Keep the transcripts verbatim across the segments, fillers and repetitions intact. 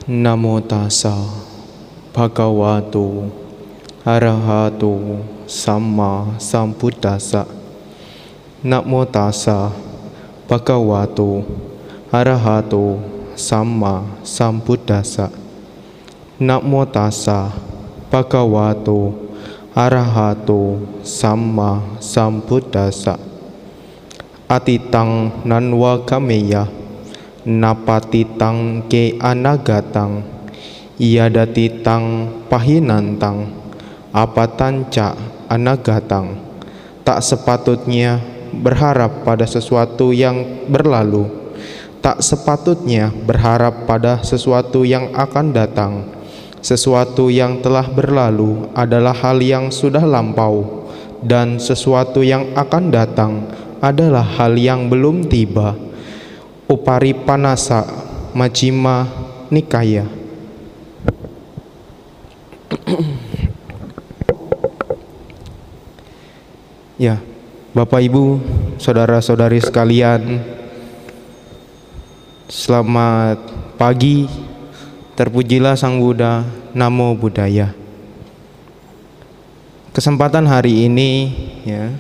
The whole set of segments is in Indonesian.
Namo tassa bhagavato arahato samma sambuddhassa. Namo tassa bhagavato arahato samma sambuddhassa. Namo tassa bhagavato arahato samma sambuddhassa. Atitang nanwa gameya napatitang ke anagatang iadatitang pahinantang apatanca anagatang. Tak sepatutnya berharap pada sesuatu yang berlalu, tak sepatutnya berharap pada sesuatu yang akan datang. Sesuatu yang telah berlalu adalah hal yang sudah lampau, dan sesuatu yang akan datang adalah hal yang belum tiba. Uparipanasa Majjhima Nikaya. Ya, Bapak Ibu, saudara-saudari sekalian, selamat pagi. Terpujilah Sang Buddha. Namo Buddhaya. Kesempatan hari ini ya,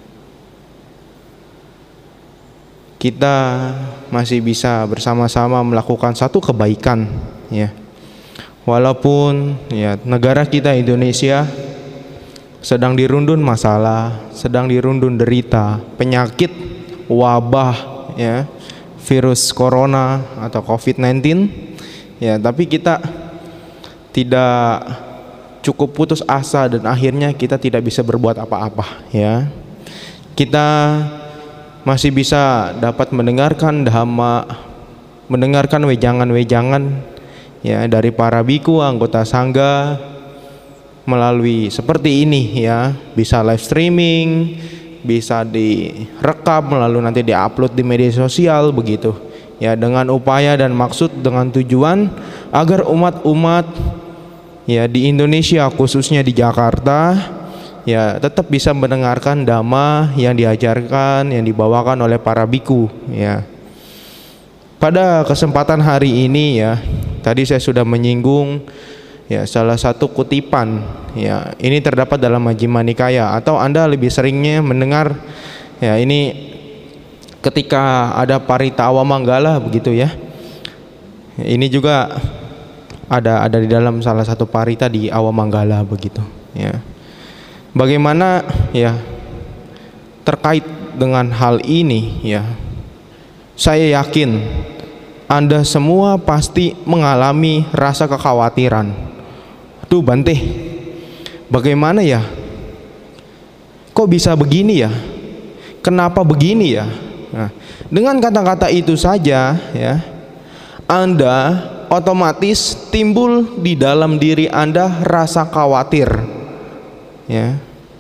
kita masih bisa bersama-sama melakukan satu kebaikan ya. Walaupun ya negara kita Indonesia sedang dirundung masalah, sedang dirundung derita, penyakit, wabah ya, virus corona atau covid sembilan belas ya, tapi kita tidak cukup putus asa dan akhirnya kita tidak bisa berbuat apa-apa ya. Kita masih bisa dapat mendengarkan dhamma, mendengarkan wejangan-wejangan ya dari para biku anggota sangga melalui seperti ini ya, bisa live streaming, bisa direkam lalu nanti diupload di media sosial begitu ya, dengan upaya dan maksud dengan tujuan agar umat-umat ya di Indonesia khususnya di Jakarta ya tetap bisa mendengarkan dhamma yang diajarkan, yang dibawakan oleh para biku ya. Pada kesempatan hari ini ya, tadi saya sudah menyinggung ya salah satu kutipan ya, ini terdapat dalam Majjhima Nikaya, atau Anda lebih seringnya mendengar ya ini ketika ada Parita Awamanggala begitu ya. Ini juga ada ada di dalam salah satu parita di Awamanggala begitu ya. Bagaimana ya terkait dengan hal ini ya, saya yakin Anda semua pasti mengalami rasa kekhawatiran. Tuh Bante, bagaimana ya, kok bisa begini ya, kenapa begini ya. Nah, dengan kata-kata itu saja ya, Anda otomatis timbul di dalam diri Anda rasa khawatir ya,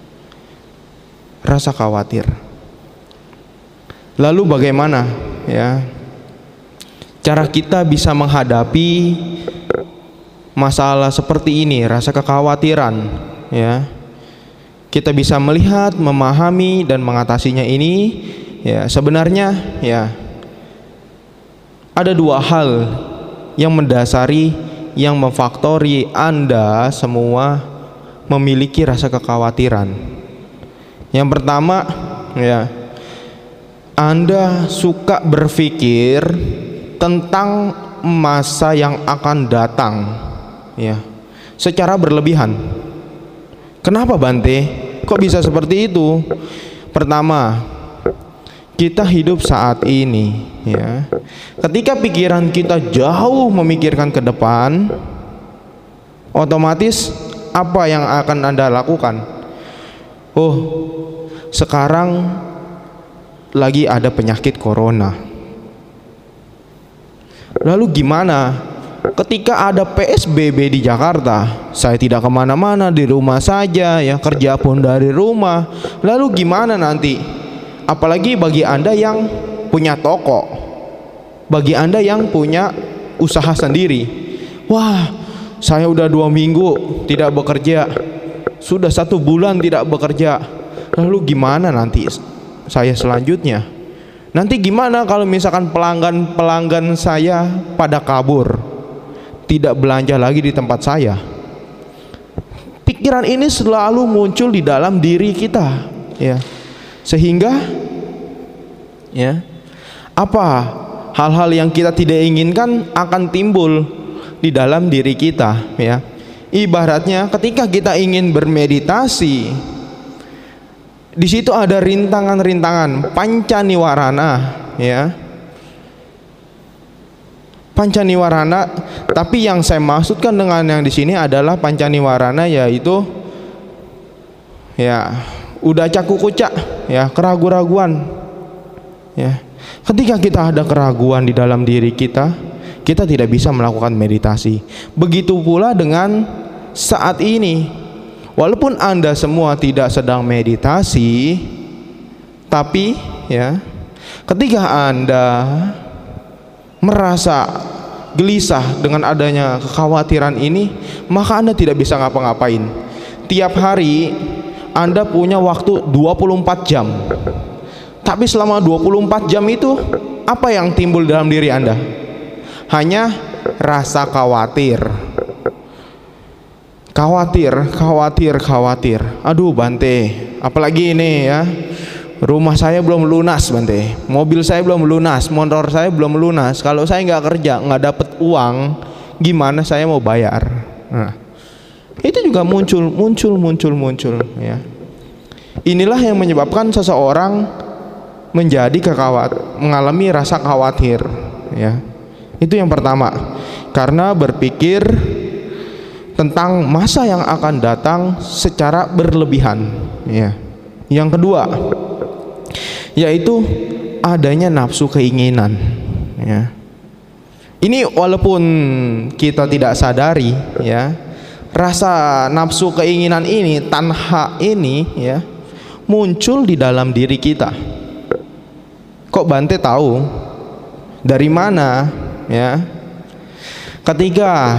rasa khawatir. Lalu bagaimana ya cara kita bisa menghadapi masalah seperti ini, rasa kekhawatiran ya? Kita bisa melihat, memahami dan mengatasinya ini ya. Sebenarnya ya ada dua hal yang mendasari, yang memfaktori Anda semua memiliki rasa kekhawatiran. Yang pertama ya, Anda suka berpikir tentang masa yang akan datang ya, secara berlebihan. Kenapa Bante? Kok bisa seperti itu? Pertama, kita hidup saat ini ya. Ketika pikiran kita jauh memikirkan ke depan, otomatis apa yang akan Anda lakukan? Oh, sekarang lagi ada penyakit corona. Lalu gimana ketika ada P S B B di Jakarta? Saya tidak kemana-mana, di rumah saja ya, kerja pun dari rumah. Lalu gimana nanti? Apalagi bagi Anda yang punya toko, bagi Anda yang punya usaha sendiri. Wah, saya udah dua minggu tidak bekerja, sudah satu bulan tidak bekerja. Lalu gimana nanti saya selanjutnya? Nanti gimana kalau misalkan pelanggan-pelanggan saya pada kabur, tidak belanja lagi di tempat saya. Pikiran ini selalu muncul di dalam diri kita, ya. Sehingga ya, apa hal-hal yang kita tidak inginkan akan timbul di dalam diri kita, ya. Ibaratnya ketika kita ingin bermeditasi, di situ ada rintangan-rintangan panca niwarana, ya. Panca niwarana, tapi yang saya maksudkan dengan yang di sini adalah panca niwarana, yaitu ya udah caku kucak, ya, keraguan-raguan, ya. Ketika kita ada keraguan di dalam diri kita, kita tidak bisa melakukan meditasi. Begitu pula dengan saat ini, walaupun Anda semua tidak sedang meditasi, tapi ya, ketika Anda merasa gelisah dengan adanya kekhawatiran ini, maka Anda tidak bisa ngapa-ngapain. Tiap hari Anda punya waktu dua puluh empat jam. Tapi selama dua puluh empat jam itu, apa yang timbul dalam diri Anda? Hanya rasa khawatir. Khawatir, khawatir, khawatir. Aduh Bante, apalagi ini ya, rumah saya belum lunas Bante, mobil saya belum lunas, motor saya belum lunas. Kalau saya nggak kerja, nggak dapet uang, gimana saya mau bayar? Nah, itu juga muncul, muncul, muncul, muncul. Ya. Inilah yang menyebabkan seseorang menjadi kekhawat, mengalami rasa khawatir. Ya, itu yang pertama, karena berpikir tentang masa yang akan datang secara berlebihan. Ya. Yang kedua, yaitu adanya nafsu keinginan, ya. Ini walaupun kita tidak sadari, ya, rasa nafsu keinginan ini, tanha ini, ya, muncul di dalam diri kita. Kok Bante tahu? Dari mana? Ya, ketika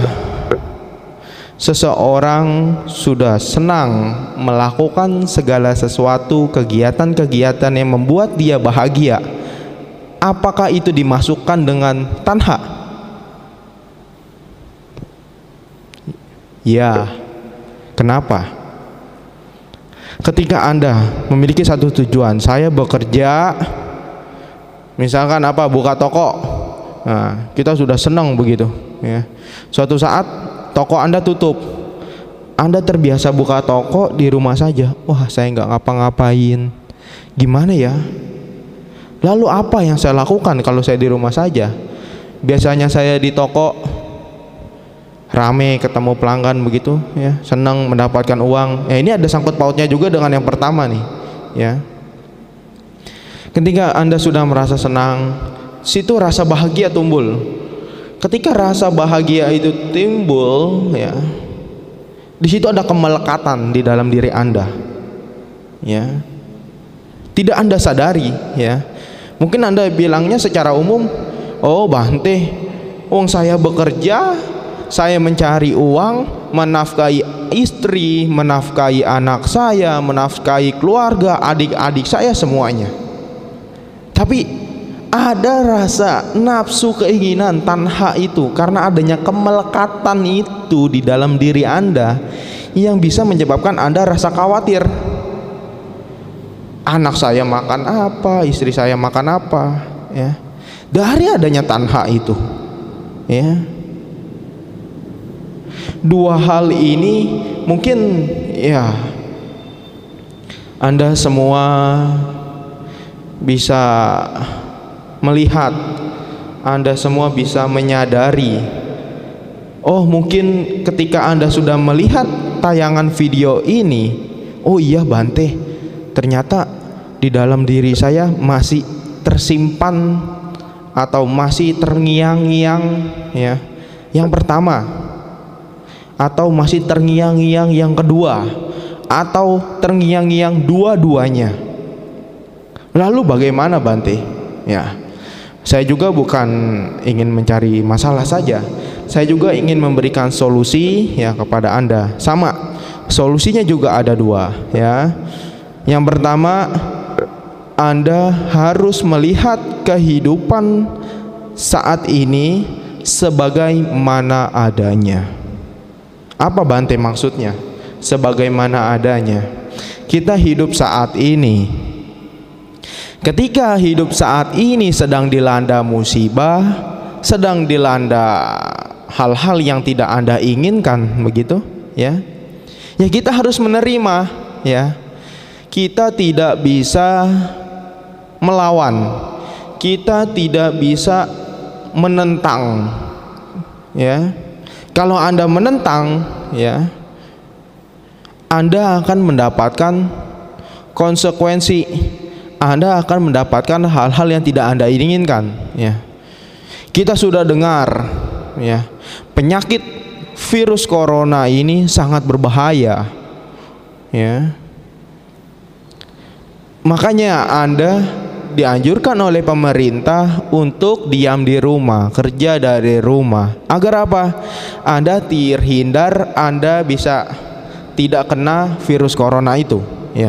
seseorang sudah senang melakukan segala sesuatu kegiatan-kegiatan yang membuat dia bahagia, apakah itu dimasukkan dengan tanha? Ya. Kenapa? Ketika Anda memiliki satu tujuan, saya bekerja, misalkan apa, buka toko. Nah, kita sudah senang begitu, ya. Suatu saat toko Anda tutup, Anda terbiasa buka toko di rumah saja. Wah, saya nggak ngapa-ngapain, gimana ya? Lalu apa yang saya lakukan kalau saya di rumah saja? Biasanya saya di toko rame, ketemu pelanggan begitu, ya, senang mendapatkan uang. Ya, ini ada sangkut pautnya juga dengan yang pertama nih, ya. Ketika Anda sudah merasa senang, situ rasa bahagia tumbuh. Ketika rasa bahagia itu timbul, ya, di situ ada kemelekatan di dalam diri Anda, ya. Tidak Anda sadari, ya. Mungkin Anda bilangnya secara umum, oh Bante, uang saya bekerja, saya mencari uang, menafkahi istri, menafkahi anak saya, menafkahi keluarga, adik-adik saya, semuanya. Tapi ada rasa nafsu keinginan tanha itu, karena adanya kemelekatan itu di dalam diri Anda yang bisa menyebabkan Anda rasa khawatir. Anak saya makan apa, istri saya makan apa, ya. Dari adanya tanha itu, ya. Dua hal ini mungkin, ya, Anda semua bisa melihat, Anda semua bisa menyadari. Oh, mungkin ketika Anda sudah melihat tayangan video ini, oh iya Bante, ternyata di dalam diri saya masih tersimpan atau masih terngiang-ngiang, ya, yang pertama, atau masih terngiang-ngiang yang kedua, atau terngiang-ngiang dua-duanya. Lalu bagaimana Bante? Ya, saya juga bukan ingin mencari masalah saja, saya juga ingin memberikan solusi, ya, kepada Anda. Sama, solusinya juga ada dua, ya. Yang pertama, Anda harus melihat kehidupan saat ini sebagaimana adanya. Apa Bante maksudnya? Sebagaimana adanya. Kita hidup saat ini. Ketika hidup saat ini sedang dilanda musibah, sedang dilanda hal-hal yang tidak Anda inginkan, begitu ya. Ya kita harus menerima ya. Kita tidak bisa melawan. Kita tidak bisa menentang ya. Kalau Anda menentang ya, Anda akan mendapatkan konsekuensi. Anda akan mendapatkan hal-hal yang tidak Anda inginkan ya. Kita sudah dengar ya, penyakit virus corona ini sangat berbahaya ya. Makanya Anda dianjurkan oleh pemerintah untuk diam di rumah, kerja dari rumah. Agar apa? Anda terhindar, Anda bisa tidak kena virus corona itu ya.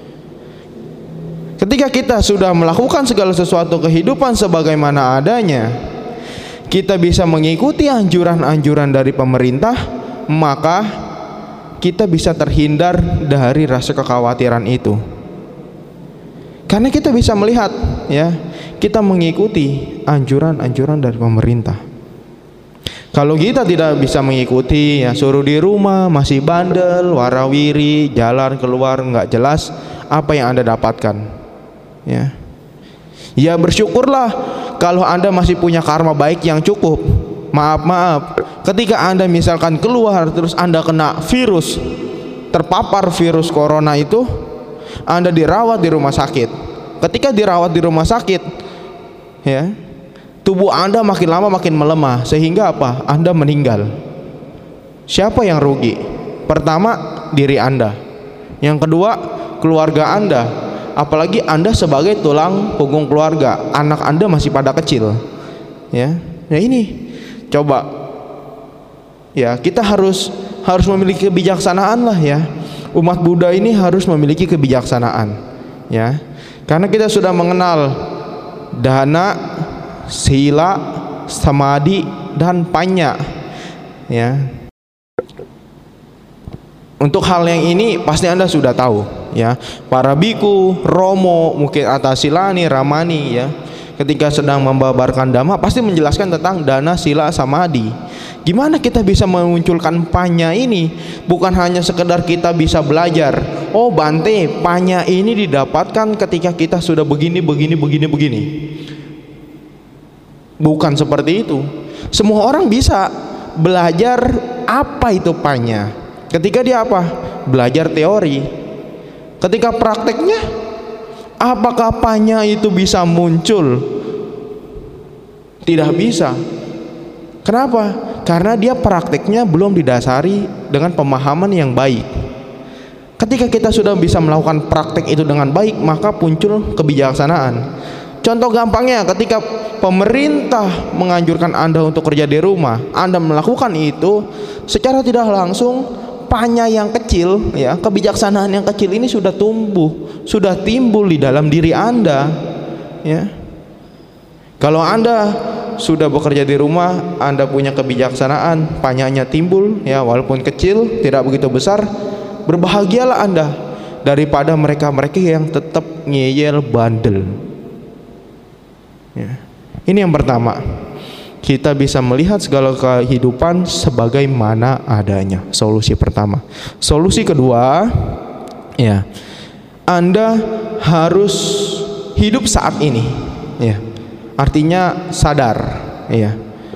Ketika kita sudah melakukan segala sesuatu kehidupan sebagaimana adanya, kita bisa mengikuti anjuran-anjuran dari pemerintah, maka kita bisa terhindar dari rasa kekhawatiran itu. Karena kita bisa melihat ya, kita mengikuti anjuran-anjuran dari pemerintah. Kalau kita tidak bisa mengikuti ya, suruh di rumah, masih bandel, warawiri, jalan keluar nggak jelas, apa yang Anda dapatkan? Ya, ya bersyukurlah kalau Anda masih punya karma baik yang cukup. Maaf maaf, ketika Anda misalkan keluar terus Anda kena virus, terpapar virus corona itu, Anda dirawat di rumah sakit. Ketika dirawat di rumah sakit, ya, tubuh Anda makin lama makin melemah sehingga apa? Anda meninggal. Siapa yang rugi? Pertama, diri Anda. Yang kedua, keluarga Anda. Apalagi Anda sebagai tulang punggung keluarga, anak Anda masih pada kecil. Ya. Nah ini coba ya, kita harus harus memiliki kebijaksanaan lah ya. Umat Buddha ini harus memiliki kebijaksanaan ya. Karena kita sudah mengenal dana, sila, samadhi dan panya ya. Untuk hal yang ini pasti Anda sudah tahu ya. Para biku, romo, mungkin atasilani, ramani ya, ketika sedang membabarkan dhamma pasti menjelaskan tentang dana, sila, samadhi. Gimana kita bisa memunculkan panya ini? Bukan hanya sekedar kita bisa belajar, oh Bante, panya ini didapatkan ketika kita sudah begini, begini, begini, begini. Bukan seperti itu. Semua orang bisa belajar apa itu panya. Ketika dia apa? Belajar teori. Ketika prakteknya, apakah panya itu bisa muncul? Tidak bisa. Kenapa? Karena dia prakteknya belum didasari dengan pemahaman yang baik. Ketika kita sudah bisa melakukan praktek itu dengan baik, maka muncul kebijaksanaan. Contoh gampangnya, ketika pemerintah menganjurkan Anda untuk kerja di rumah, Anda melakukan itu secara tidak langsung, panya yang kecil ya, kebijaksanaan yang kecil ini sudah tumbuh, sudah timbul di dalam diri Anda ya. Kalau Anda sudah bekerja di rumah, Anda punya kebijaksanaan, panyanya timbul ya, walaupun kecil, tidak begitu besar, berbahagialah Anda daripada mereka-mereka yang tetap ngeyel, bandel ya. Ini yang pertama, kita bisa melihat segala kehidupan sebagaimana adanya. Solusi pertama. Solusi kedua, ya, Anda harus hidup saat ini, ya. Artinya sadar, ya.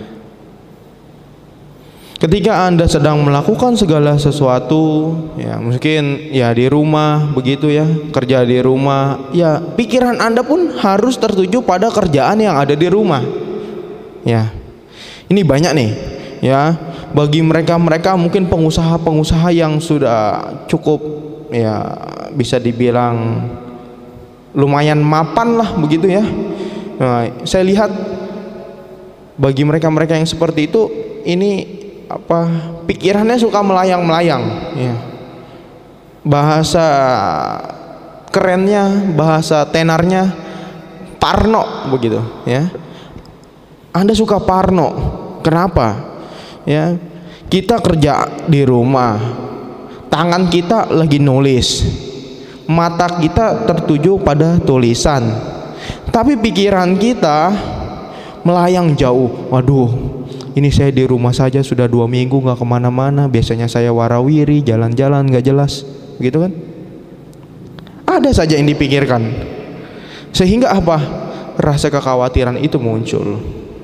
Ketika Anda sedang melakukan segala sesuatu, ya, mungkin ya di rumah begitu ya, kerja di rumah, ya, pikiran Anda pun harus tertuju pada kerjaan yang ada di rumah. Ya, ini banyak nih ya, bagi mereka-mereka mungkin pengusaha-pengusaha yang sudah cukup ya, bisa dibilang lumayan mapan lah begitu ya. Nah, saya lihat bagi mereka-mereka yang seperti itu, ini apa, pikirannya suka melayang-melayang ya. Bahasa kerennya, bahasa tenarnya parno begitu ya. Anda suka parno Kenapa? Ya, kita kerja di rumah, tangan kita lagi nulis, mata kita tertuju pada tulisan, tapi pikiran kita melayang jauh. Waduh, ini saya di rumah saja sudah dua minggu nggak kemana-mana. Biasanya saya warawiri, jalan-jalan nggak jelas, gitu kan? Ada saja yang dipikirkan, sehingga apa? Rasa kekhawatiran itu muncul.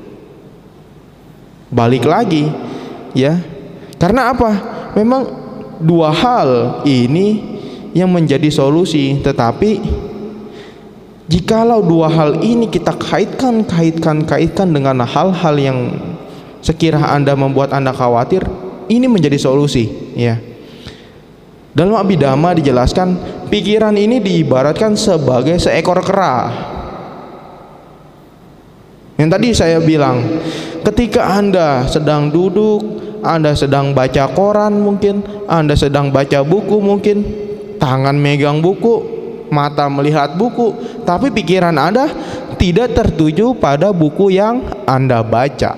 Balik lagi, ya, karena apa? Memang dua hal ini yang menjadi solusi, tetapi jikalau dua hal ini kita kaitkan, kaitkan, kaitkan dengan hal-hal yang sekira Anda membuat Anda khawatir, ini menjadi solusi, ya. Dalam Abhidhamma dijelaskan, pikiran ini diibaratkan sebagai seekor kera. Yang tadi saya bilang, ketika Anda sedang duduk, Anda sedang baca koran mungkin, Anda sedang baca buku mungkin, tangan megang buku, mata melihat buku, tapi pikiran Anda tidak tertuju pada buku yang Anda baca.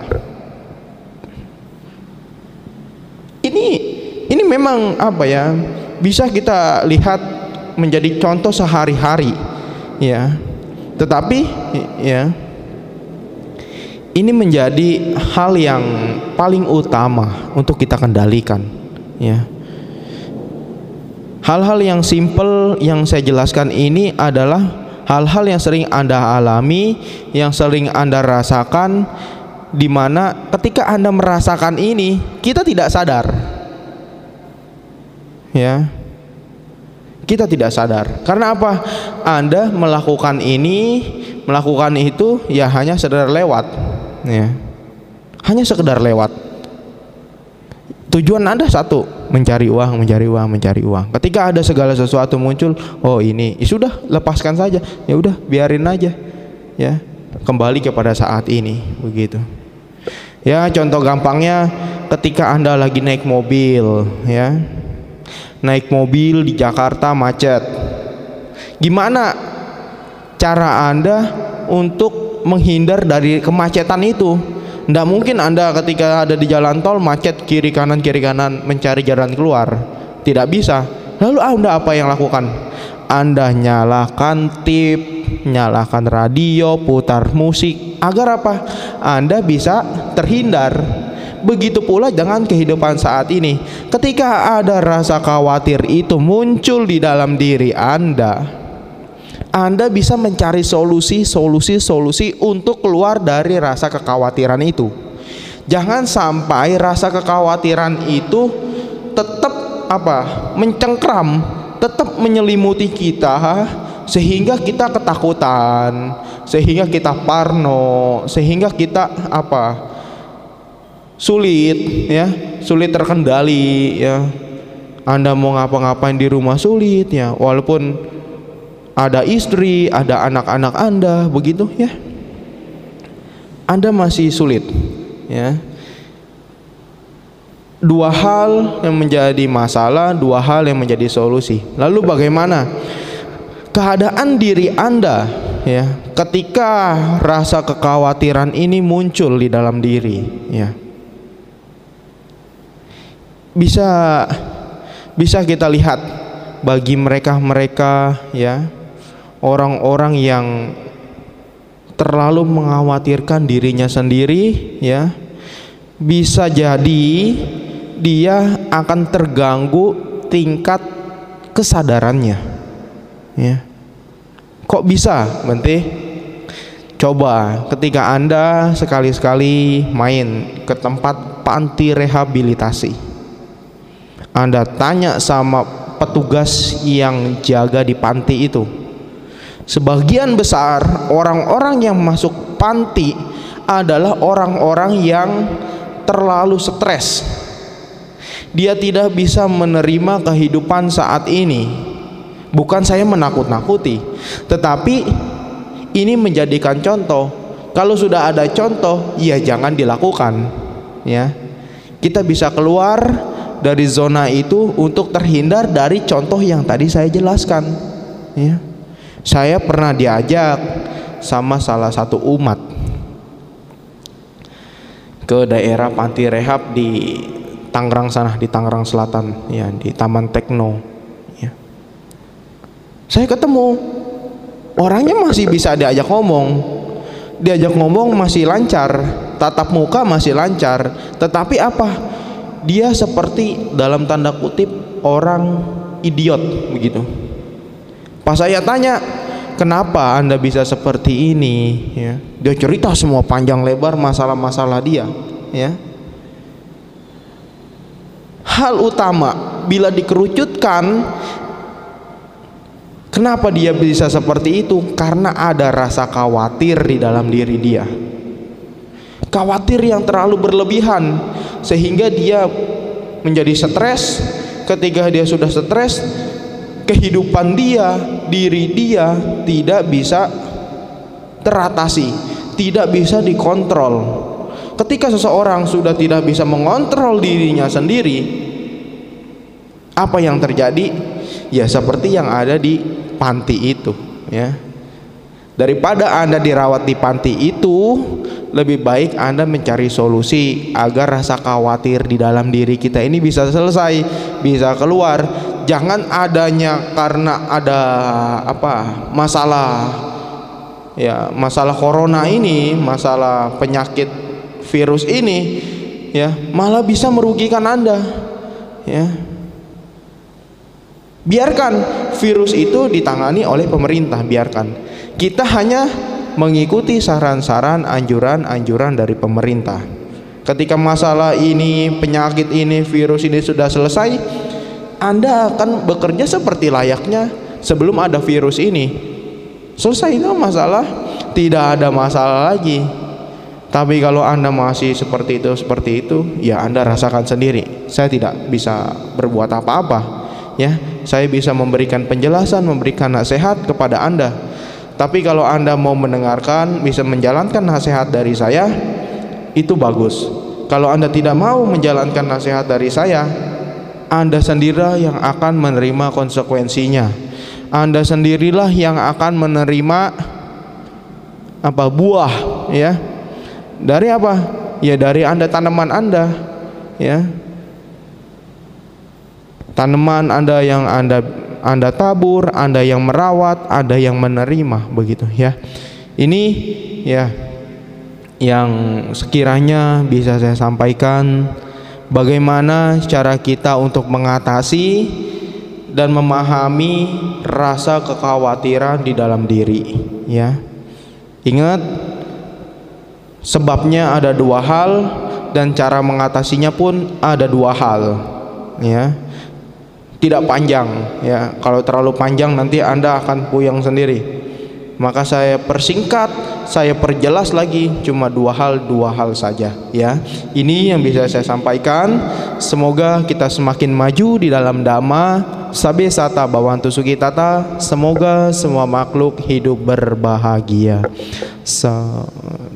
Ini ini memang apa ya? Bisa kita lihat menjadi contoh sehari-hari, ya. Tetapi ya, ini menjadi hal yang paling utama untuk kita kendalikan, ya. Hal-hal yang simple yang saya jelaskan ini adalah hal-hal yang sering Anda alami, yang sering Anda rasakan, di mana ketika Anda merasakan ini, kita tidak sadar, ya. Kita tidak sadar. Karena apa? Anda melakukan ini, melakukan itu, ya hanya sekedar lewat, ya. Hanya sekedar lewat. Tujuan Anda satu, mencari uang, mencari uang, mencari uang. Ketika ada segala sesuatu muncul, oh ini, ya sudah, lepaskan saja. Ya udah, biarin aja, ya. Kembali kepada saat ini, begitu. Ya, contoh gampangnya ketika Anda lagi naik mobil, ya. Naik mobil di Jakarta macet. Gimana cara Anda untuk menghindar dari kemacetan itu? Tidak mungkin Anda ketika ada di jalan tol macet kiri kanan kiri kanan mencari jalan keluar. Tidak bisa. Lalu Anda apa yang lakukan? Anda nyalakan tip, nyalakan radio, putar musik, agar apa? Anda bisa terhindar. Begitu pula dengan kehidupan saat ini. Ketika ada rasa khawatir itu muncul di dalam diri Anda, Anda bisa mencari solusi, solusi, solusi untuk keluar dari rasa kekhawatiran itu. Jangan sampai rasa kekhawatiran itu tetap apa? Mencengkram, tetap menyelimuti kita, sehingga kita ketakutan, sehingga kita parno, sehingga kita apa? Sulit, ya, sulit terkendali, ya. Anda mau ngapa-ngapain di rumah sulit, ya, walaupun ada istri, ada anak-anak Anda, begitu, ya. Anda masih sulit, ya. Dua hal yang menjadi masalah, dua hal yang menjadi solusi. Lalu bagaimana keadaan diri Anda, ya, ketika rasa kekhawatiran ini muncul di dalam diri, ya. Bisa bisa kita lihat bagi mereka-mereka, ya, orang-orang yang terlalu mengkhawatirkan dirinya sendiri, ya, bisa jadi dia akan terganggu tingkat kesadarannya, ya. Kok bisa, Bante? Coba ketika Anda sekali-sekali main ke tempat panti rehabilitasi, Anda tanya sama petugas yang jaga di panti itu, sebagian besar orang-orang yang masuk panti adalah orang-orang yang terlalu stres. Dia tidak bisa menerima kehidupan saat ini. Bukan saya menakut-nakuti, tetapi ini menjadikan contoh. Kalau sudah ada contoh, ya jangan dilakukan, ya. Kita bisa keluar dari zona itu untuk terhindar dari contoh yang tadi saya jelaskan, ya. Saya pernah diajak sama salah satu umat ke daerah panti rehab di Tangerang sana, di Tangerang Selatan, ya, di Taman Tekno. Ya. Saya ketemu, orangnya masih bisa diajak ngomong, diajak ngomong masih lancar, tatap muka masih lancar, tetapi apa? Dia seperti dalam tanda kutip orang idiot begitu. Pas saya tanya, kenapa Anda bisa seperti ini? Ya, dia cerita semua panjang lebar masalah-masalah dia. Ya. Hal utama bila dikerucutkan, kenapa dia bisa seperti itu? Karena ada rasa khawatir di dalam diri dia. Khawatir yang terlalu berlebihan sehingga dia menjadi stres. Ketika dia sudah stres, kehidupan dia, diri dia tidak bisa teratasi, tidak bisa dikontrol. Ketika seseorang sudah tidak bisa mengontrol dirinya sendiri, apa yang terjadi? Ya seperti yang ada di panti itu, ya. Daripada Anda dirawat di panti itu, lebih baik Anda mencari solusi agar rasa khawatir di dalam diri kita ini bisa selesai, bisa keluar. Jangan adanya karena ada apa masalah, ya masalah corona ini, masalah penyakit virus ini, ya malah bisa merugikan Anda, ya. Biarkan virus itu ditangani oleh pemerintah, biarkan. Kita hanya mengikuti saran-saran, anjuran-anjuran dari pemerintah. Ketika masalah ini, penyakit ini, virus ini sudah selesai, Anda akan bekerja seperti layaknya sebelum ada virus ini. Selesai itu masalah, tidak ada masalah lagi. Tapi kalau Anda masih seperti itu, seperti itu, ya Anda rasakan sendiri. Saya tidak bisa berbuat apa-apa. Ya, saya bisa memberikan penjelasan, memberikan nasihat kepada Anda. Tapi kalau Anda mau mendengarkan, bisa menjalankan nasihat dari saya, itu bagus. Kalau Anda tidak mau menjalankan nasihat dari saya, Anda sendirilah yang akan menerima konsekuensinya. Anda sendirilah yang akan menerima apa buah, ya. Dari apa? Ya dari Anda, tanaman Anda, ya. Tanaman Anda yang Anda Anda tabur, Anda yang merawat, Anda yang menerima, begitu ya. Ini ya yang sekiranya bisa saya sampaikan, bagaimana cara kita untuk mengatasi dan memahami rasa kekhawatiran di dalam diri, ya. Ingat, sebabnya ada dua hal dan cara mengatasinya pun ada dua hal, ya. Tidak panjang, ya. Kalau terlalu panjang nanti Anda akan puyeng sendiri. Maka saya persingkat, saya perjelas lagi, cuma dua hal, dua hal saja, ya. Ini yang bisa saya sampaikan. Semoga kita semakin maju di dalam dhamma. Sabe sata bawantu sugitata. Semoga semua makhluk hidup berbahagia. So,